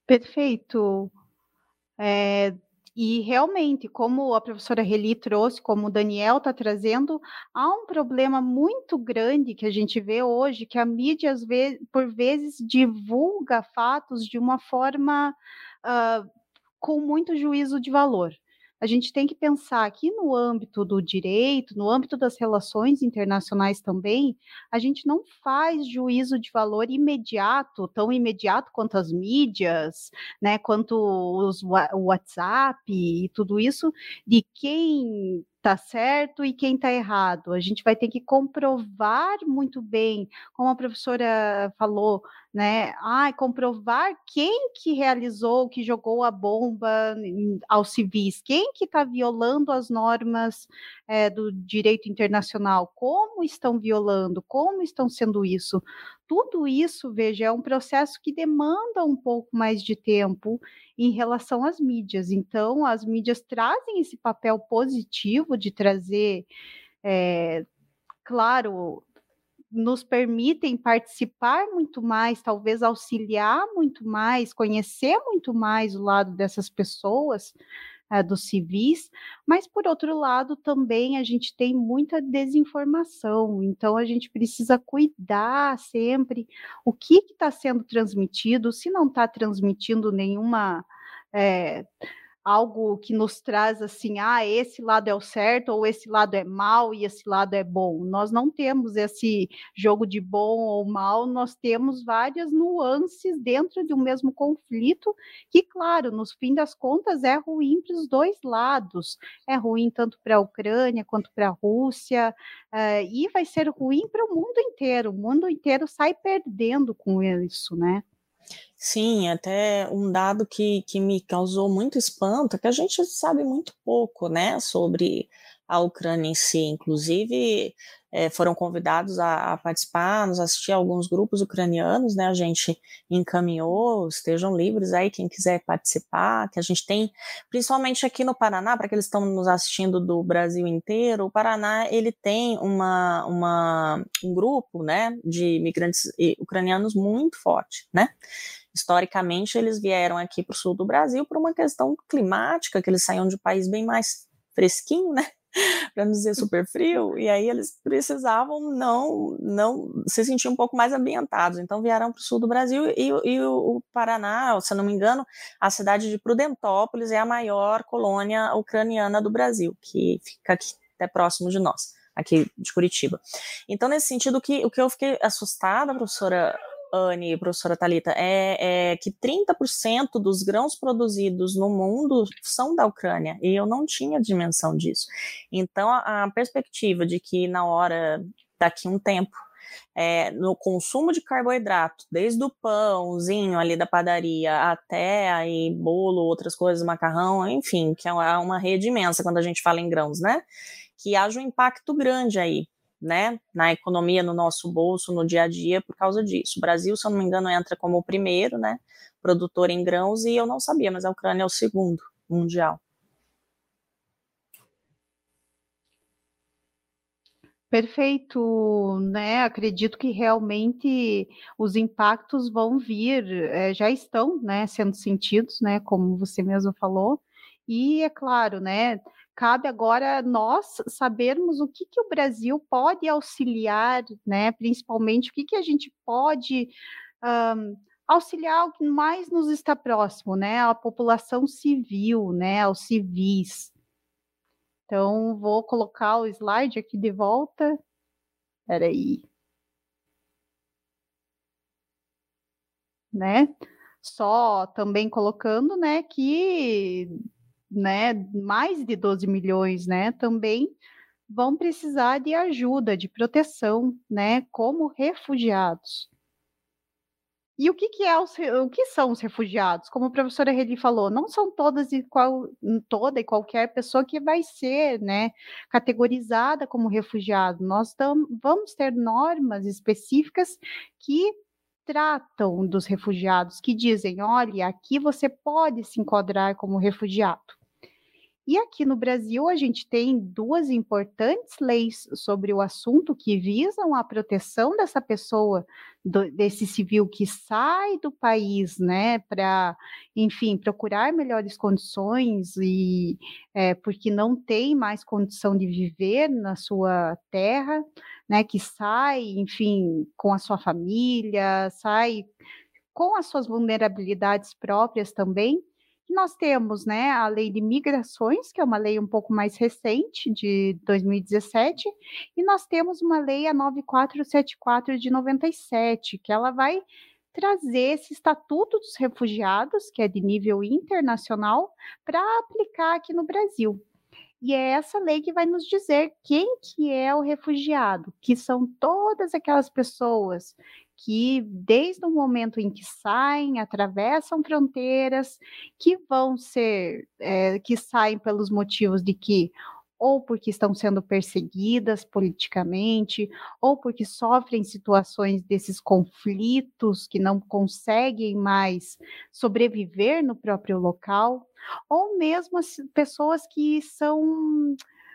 Speaker 4: Perfeito. E realmente, como a professora Reli trouxe, como o Daniel está trazendo, há um problema muito grande que a gente vê hoje, que a mídia, por vezes, divulga fatos de uma forma com muito juízo de valor. A gente tem que pensar aqui no âmbito do direito, no âmbito das relações internacionais também, a gente não faz juízo de valor imediato, tão imediato quanto as mídias, né, quanto o WhatsApp e tudo isso, de quem está certo e quem está errado. A gente vai ter que comprovar muito bem, como a professora falou, né? Comprovar quem que realizou, que jogou a bomba aos civis, quem que está violando as normas do direito internacional, como estão violando, como estão sendo isso. Tudo isso, veja, é um processo que demanda um pouco mais de tempo em relação às mídias. Então, as mídias trazem esse papel positivo de trazer, claro, nos permitem participar muito mais, talvez auxiliar muito mais, conhecer muito mais o lado dessas pessoas, dos civis, mas por outro lado também a gente tem muita desinformação, então a gente precisa cuidar sempre o que está sendo transmitido, se não está transmitindo nenhuma algo que nos traz assim, esse lado é o certo, ou esse lado é mal e esse lado é bom. Nós não temos esse jogo de bom ou mal, nós temos várias nuances dentro de um mesmo conflito, que, claro, no fim das contas, é ruim para os dois lados. É ruim tanto para a Ucrânia quanto para a Rússia, e vai ser ruim para o mundo inteiro. O mundo inteiro sai perdendo com isso, né?
Speaker 3: Sim, até um dado que me causou muito espanto é que a gente sabe muito pouco, né, sobre a Ucrânia em si. Inclusive, foram convidados a participar, nos assistir a alguns grupos ucranianos, né, a gente encaminhou, estejam livres aí, quem quiser participar, que a gente tem, principalmente aqui no Paraná, para aqueles que estão nos assistindo do Brasil inteiro, o Paraná, ele tem um grupo, né, de imigrantes ucranianos muito forte, né. Historicamente, eles vieram aqui para o sul do Brasil por uma questão climática, que eles saíam de um país bem mais fresquinho, né? Para não dizer super frio, e aí eles precisavam não se sentir um pouco mais ambientados, então vieram para o sul do Brasil, e o Paraná, se eu não me engano, a cidade de Prudentópolis é a maior colônia ucraniana do Brasil, que fica aqui até próximo de nós, aqui de Curitiba. Então, nesse sentido, o que eu fiquei assustada, professora Anne e professora Thalita, é que 30% dos grãos produzidos no mundo são da Ucrânia, e eu não tinha dimensão disso. Então, a perspectiva de que daqui um tempo, no consumo de carboidrato, desde o pãozinho ali da padaria até aí bolo, outras coisas, macarrão, enfim, que é uma rede imensa quando a gente fala em grãos, né? Que haja um impacto grande aí, né, na economia, no nosso bolso, no dia a dia, por causa disso. O Brasil, se eu não me engano, entra como o primeiro, né, produtor em grãos, e eu não sabia, mas a Ucrânia é o segundo mundial.
Speaker 4: Perfeito, né? Acredito que realmente os impactos vão vir, já estão, né, sendo sentidos, né, como você mesmo falou, e é claro, né, cabe agora nós sabermos o que o Brasil pode auxiliar, né, principalmente o que a gente pode auxiliar o que mais nos está próximo, né, a população civil, né, aos civis. Então, vou colocar o slide aqui de volta. Espera aí. Né? Só também colocando, né, que, né, mais de 12 milhões, né, também vão precisar de ajuda, de proteção, né, como refugiados. E o que são os refugiados? Como a professora Reli falou, não são toda e qualquer pessoa que vai ser, né, categorizada como refugiado. Nós vamos ter normas específicas que tratam dos refugiados, que dizem, olha, aqui você pode se enquadrar como refugiado. E aqui no Brasil, a gente tem 2 importantes leis sobre o assunto que visam a proteção dessa pessoa, desse civil que sai do país, né, para, enfim, procurar melhores condições e porque não tem mais condição de viver na sua terra, né, que sai, enfim, com a sua família, sai com as suas vulnerabilidades próprias também. Nós temos, né, a Lei de Migrações, que é uma lei um pouco mais recente, de 2017, e nós temos uma lei, a 9474 de 97, que ela vai trazer esse Estatuto dos Refugiados, que é de nível internacional, para aplicar aqui no Brasil. E é essa lei que vai nos dizer quem que é o refugiado, que são todas aquelas pessoas que, desde o momento em que saem, atravessam fronteiras, que vão ser, que saem pelos motivos de que ou porque estão sendo perseguidas politicamente, ou porque sofrem situações desses conflitos que não conseguem mais sobreviver no próprio local, ou mesmo as pessoas que são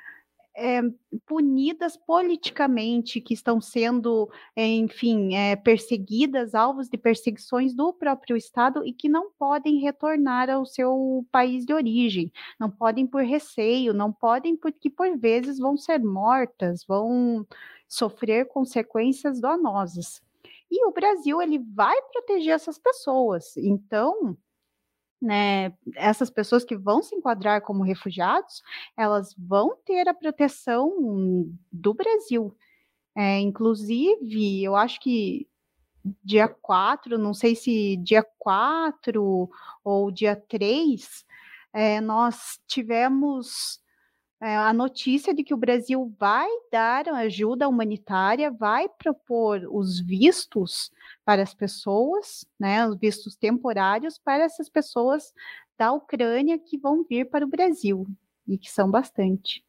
Speaker 4: punidas politicamente, que estão sendo, enfim, perseguidas, alvos de perseguições do próprio Estado e que não podem retornar ao seu país de origem, não podem por receio, não podem porque por vezes vão ser mortas, vão sofrer consequências danosas. E o Brasil, ele vai proteger essas pessoas, então, né, essas pessoas que vão se enquadrar como refugiados, elas vão ter a proteção do Brasil. Inclusive, eu acho que dia 4, não sei se dia 4 ou dia 3, nós tivemos a notícia de que o Brasil vai dar ajuda humanitária, vai propor os vistos para as pessoas, né, os vistos temporários para essas pessoas da Ucrânia que vão vir para o Brasil, e que são bastante.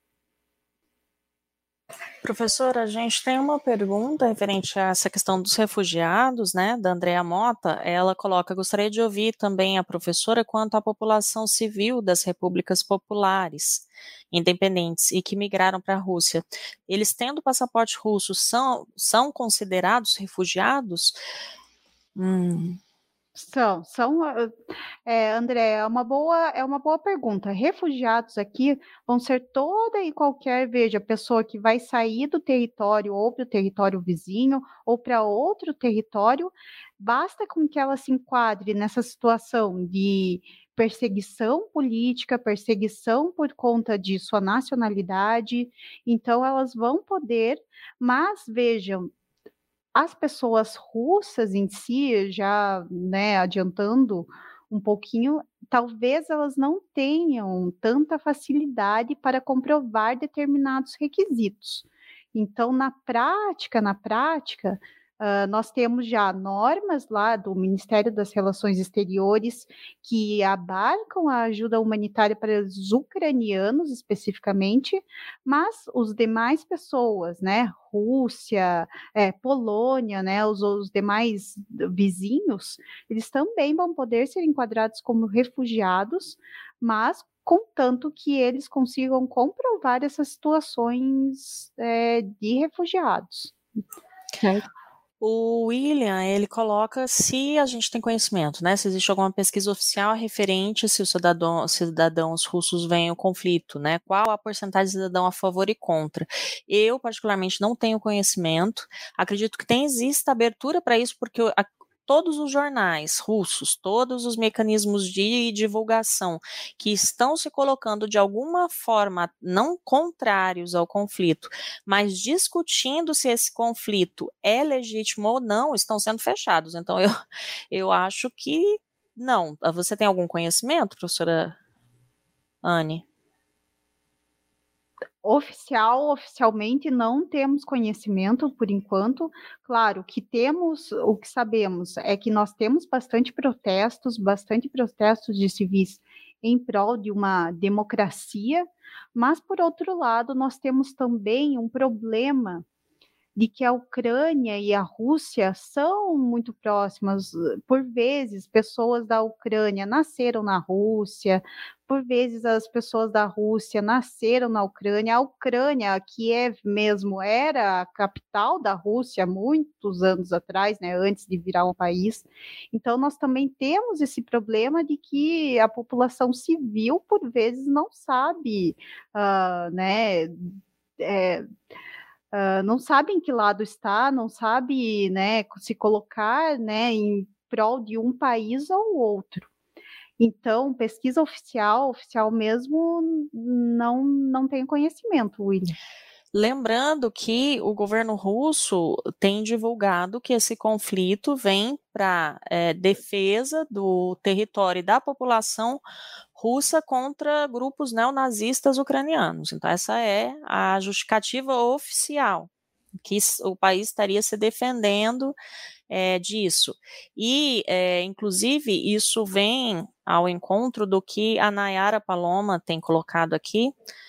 Speaker 3: Professora, a gente tem uma pergunta referente a essa questão dos refugiados, né, da Andrea Mota. Ela coloca: gostaria de ouvir também a professora quanto à população civil das repúblicas populares independentes e que migraram para a Rússia. Eles, tendo passaporte russo, são considerados refugiados?
Speaker 4: André, é uma boa pergunta. Refugiados aqui vão ser toda e qualquer, veja, pessoa que vai sair do território ou para o território vizinho ou para outro território, basta com que ela se enquadre nessa situação de perseguição política, perseguição por conta de sua nacionalidade, então elas vão poder, mas vejam, as pessoas russas em si, já, né, adiantando um pouquinho, talvez elas não tenham tanta facilidade para comprovar determinados requisitos. Então, na prática, nós temos já normas lá do Ministério das Relações Exteriores que abarcam a ajuda humanitária para os ucranianos especificamente, mas os demais pessoas, né, Rússia, Polônia, né, os demais vizinhos, eles também vão poder ser enquadrados como refugiados, mas contanto que eles consigam comprovar essas situações de refugiados.
Speaker 3: Certo. O William, ele coloca se a gente tem conhecimento, né, se existe alguma pesquisa oficial referente se os cidadãos russos veem o conflito, né, qual a porcentagem de cidadão a favor e contra. Eu, particularmente, não tenho conhecimento, acredito que exista abertura para isso, porque todos os jornais russos, todos os mecanismos de divulgação que estão se colocando de alguma forma não contrários ao conflito, mas discutindo se esse conflito é legítimo ou não, estão sendo fechados. Então, eu acho que não. Você tem algum conhecimento, professora Anne?
Speaker 4: Oficialmente não temos conhecimento por enquanto. Claro, o que sabemos é que nós temos bastante protestos de civis em prol de uma democracia, mas por outro lado nós temos também um problema de que a Ucrânia e a Rússia são muito próximas. Por vezes, pessoas da Ucrânia nasceram na Rússia, por vezes as pessoas da Rússia nasceram na Ucrânia. A Ucrânia, Kiev mesmo, era a capital da Rússia muitos anos atrás, né, antes de virar um país. Então, nós também temos esse problema de que a população civil, por vezes, não sabe, né, não sabe em que lado está, não sabe, né, se colocar, né, em prol de um país ou outro. Então, pesquisa oficial mesmo, não tenho conhecimento, William.
Speaker 3: Lembrando que o governo russo tem divulgado que esse conflito vem para defesa do território e da população russa contra grupos neonazistas ucranianos. Então, essa é a justificativa oficial, que o país estaria se defendendo disso. E, inclusive, isso vem ao encontro do que a Nayara Paloma tem colocado aqui,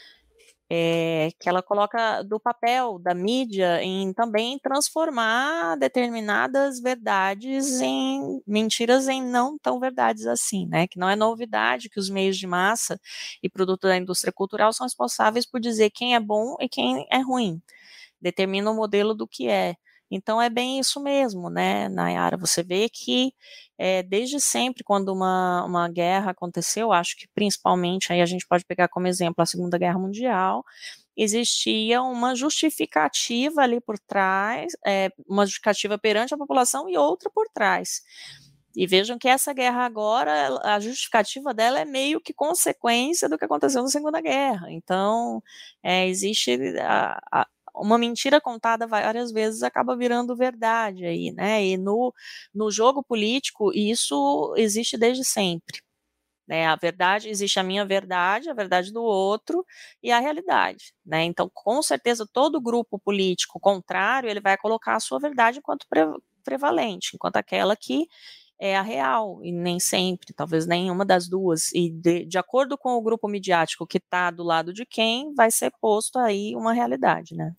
Speaker 3: que ela coloca do papel da mídia em também transformar determinadas verdades em mentiras em não tão verdades assim, né? Que não é novidade que os meios de massa e produto da indústria cultural são responsáveis por dizer quem é bom e quem é ruim, determina o modelo do que é. Então é bem isso mesmo, né, Nayara? Você vê que desde sempre, quando uma guerra aconteceu, acho que principalmente, aí a gente pode pegar como exemplo a Segunda Guerra Mundial, existia uma justificativa ali por trás, uma justificativa perante a população e outra por trás. E vejam que essa guerra agora, a justificativa dela é meio que consequência do que aconteceu na Segunda Guerra. Então, existe uma mentira contada várias vezes acaba virando verdade aí, né? E no jogo político, isso existe desde sempre. Né, a verdade, existe a minha verdade, a verdade do outro e a realidade, né? Então, com certeza, todo grupo político contrário, ele vai colocar a sua verdade enquanto prevalente, enquanto aquela que é a real, e nem sempre, talvez nenhuma das duas, e de acordo com o grupo midiático que está do lado de quem, vai ser posto aí uma realidade, né?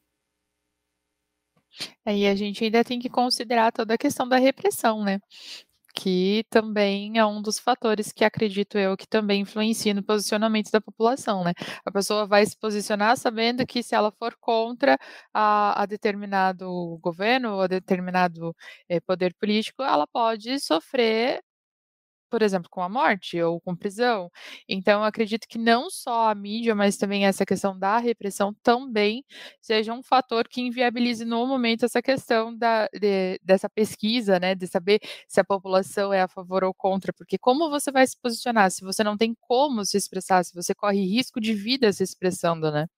Speaker 2: Aí a gente ainda tem que considerar toda a questão da repressão, né? Que também é um dos fatores que acredito eu que também influencia no posicionamento da população, né? A pessoa vai se posicionar sabendo que se ela for contra a determinado governo ou a determinado poder político, ela pode sofrer, por exemplo, com a morte ou com prisão. Então, eu acredito que não só a mídia, mas também essa questão da repressão também seja um fator que inviabilize no momento essa questão dessa pesquisa, né, de saber se a população é a favor ou contra, porque como você vai se posicionar se você não tem como se expressar, se você corre risco de vida se expressando, né?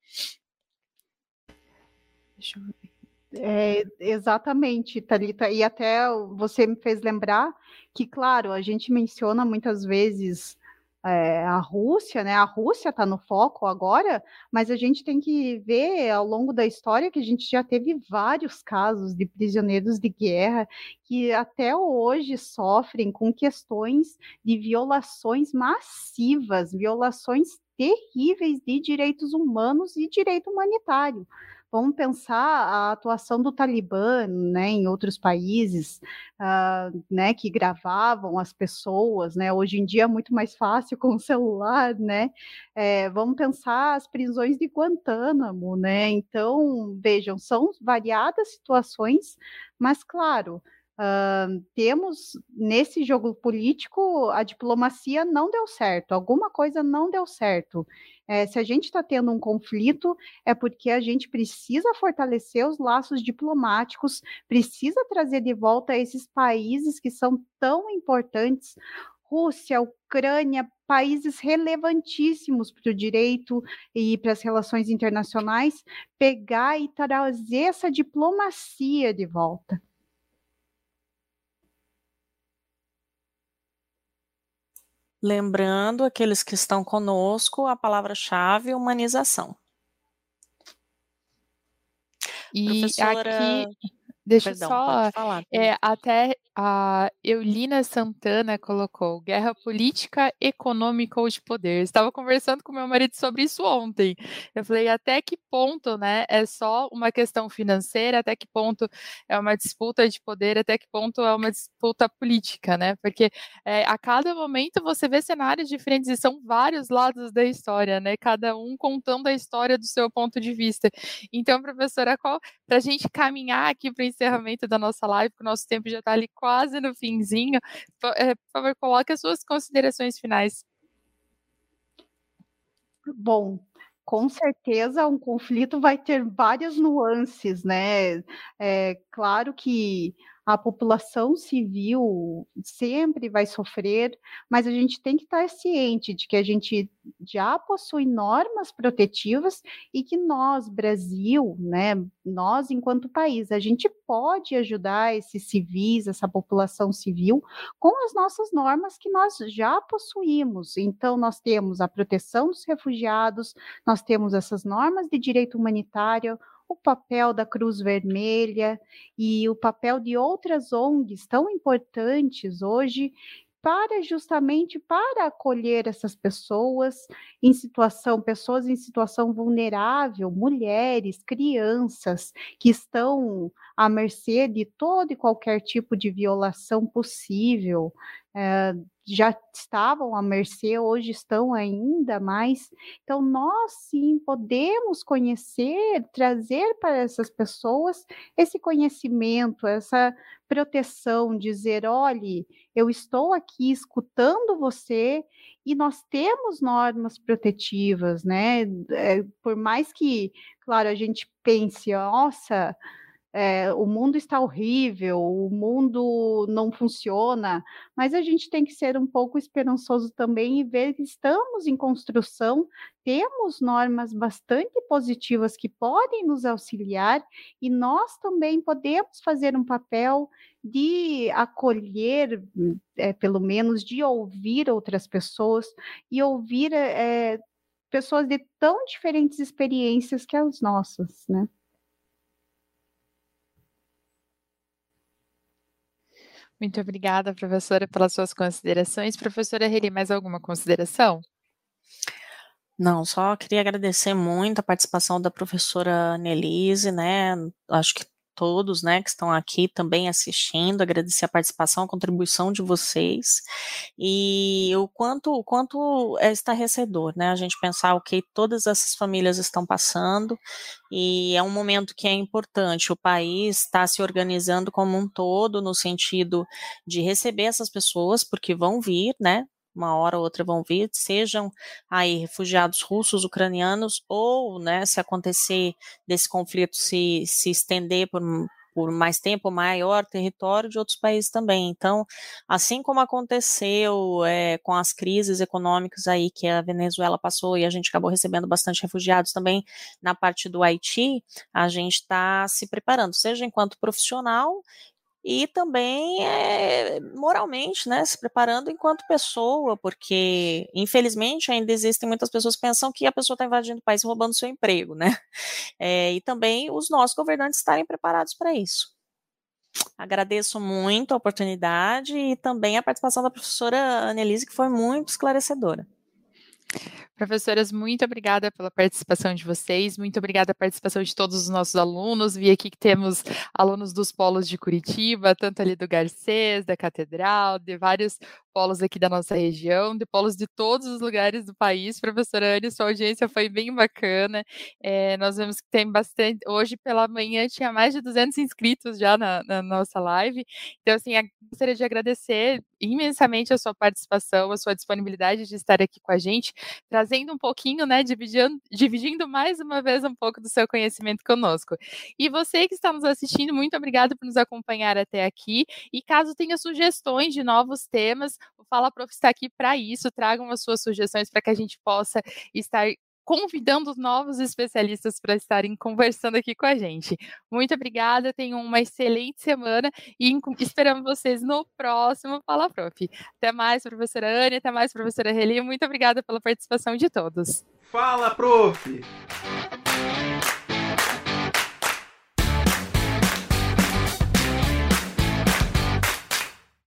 Speaker 4: Deixa eu ver. Exatamente, Thalita, e até você me fez lembrar que, claro, a gente menciona muitas vezes a Rússia, né? A Rússia está no foco agora, mas a gente tem que ver ao longo da história que a gente já teve vários casos de prisioneiros de guerra que até hoje sofrem com questões de violações massivas, violações terríveis de direitos humanos e direito humanitário. Vamos pensar a atuação do Talibã, né, em outros países, né, que gravavam as pessoas, né, hoje em dia é muito mais fácil com o celular, né, vamos pensar as prisões de Guantánamo, né, então, vejam, são variadas situações, mas, claro, temos nesse jogo político, a diplomacia não deu certo, alguma coisa não deu certo. Se a gente está tendo um conflito, é porque a gente precisa fortalecer os laços diplomáticos, precisa trazer de volta esses países que são tão importantes. Rússia, Ucrânia, países relevantíssimos para o direito e para as relações internacionais, pegar e trazer essa diplomacia de volta.
Speaker 3: Lembrando aqueles que estão conosco, a palavra-chave humanização.
Speaker 2: E
Speaker 3: Professora,
Speaker 2: aqui, deixa eu
Speaker 3: perdão,
Speaker 2: só,
Speaker 3: pode falar.
Speaker 2: até A Eulina Santana colocou: guerra política, econômica ou de poder. Estava conversando com meu marido sobre isso ontem. Eu falei, até que ponto, né, é só uma questão financeira, até que ponto é uma disputa de poder, até que ponto é uma disputa política, né? Porque a cada momento você vê cenários diferentes e são vários lados da história, né? Cada um contando a história do seu ponto de vista. Então, professora, para a gente caminhar aqui para o encerramento da nossa live, porque o nosso tempo já está ali quase no finzinho, por favor, coloque as suas considerações finais.
Speaker 4: Bom, com certeza um conflito vai ter várias nuances, né? É claro que a população civil sempre vai sofrer, mas a gente tem que estar ciente de que a gente já possui normas protetivas e que nós, Brasil, né, nós enquanto país, a gente pode ajudar esses civis, essa população civil, com as nossas normas que nós já possuímos. Então, nós temos a proteção dos refugiados, nós temos essas normas de direito humanitário, o papel da Cruz Vermelha e o papel de outras ONGs tão importantes hoje justamente para acolher essas pessoas pessoas em situação vulnerável, mulheres, crianças que estão à mercê de todo e qualquer tipo de violação possível. Já estavam à mercê, hoje estão ainda mais. Então, nós sim podemos conhecer, trazer para essas pessoas esse conhecimento, essa proteção, dizer, olhe, eu estou aqui escutando você e nós temos normas protetivas, né? Por mais que, claro, a gente pense, nossa, o mundo está horrível, o mundo não funciona, mas a gente tem que ser um pouco esperançoso também e ver que estamos em construção, temos normas bastante positivas que podem nos auxiliar e nós também podemos fazer um papel de acolher, pelo menos de ouvir outras pessoas e ouvir pessoas de tão diferentes experiências que as nossas, né?
Speaker 2: Muito obrigada, professora, pelas suas considerações. Professora Heli, mais alguma consideração?
Speaker 3: Não, só queria agradecer muito a participação da professora Annelise, né? Acho que todos, né, que estão aqui também assistindo, agradecer a participação, a contribuição de vocês e o quanto é estarrecedor, né, a gente pensar o que todas essas famílias estão passando e é um momento que é importante, o país está se organizando como um todo no sentido de receber essas pessoas, porque vão vir, né, uma hora ou outra vão vir, sejam aí refugiados russos, ucranianos, ou, né, se acontecer desse conflito se estender por mais tempo, maior território de outros países também. Então, assim como aconteceu com as crises econômicas aí que a Venezuela passou e a gente acabou recebendo bastante refugiados também na parte do Haiti, a gente está se preparando, seja enquanto profissional, e também moralmente, né, se preparando enquanto pessoa, porque infelizmente ainda existem muitas pessoas que pensam que a pessoa está invadindo o país e roubando seu emprego, né, e também os nossos governantes estarem preparados para isso. Agradeço muito a oportunidade e também a participação da professora Annelise, que foi muito esclarecedora.
Speaker 2: Professoras, muito obrigada pela participação de vocês, muito obrigada a participação de todos os nossos alunos. Vi aqui que temos alunos dos polos de Curitiba, tanto ali do Garcês, da Catedral, de vários polos aqui da nossa região, de polos de todos os lugares do país. Professora Anne, sua audiência foi bem bacana. Nós vemos que tem bastante. Hoje pela manhã tinha mais de 200 inscritos já na nossa live. Então, assim, gostaria de agradecer imensamente a sua participação, a sua disponibilidade de estar aqui com a gente, trazendo um pouquinho, né, dividindo mais uma vez um pouco do seu conhecimento conosco. E você que está nos assistindo, muito obrigada por nos acompanhar até aqui. E caso tenha sugestões de novos temas, o Fala Prof está aqui para isso. Tragam as suas sugestões para que a gente possa estar convidando novos especialistas para estarem conversando aqui com a gente. Muito obrigada, tenham uma excelente semana e esperamos vocês no próximo Fala Prof. Até mais, professora Anne, até mais, professora Heli. Muito obrigada pela participação de todos.
Speaker 1: Fala, Prof!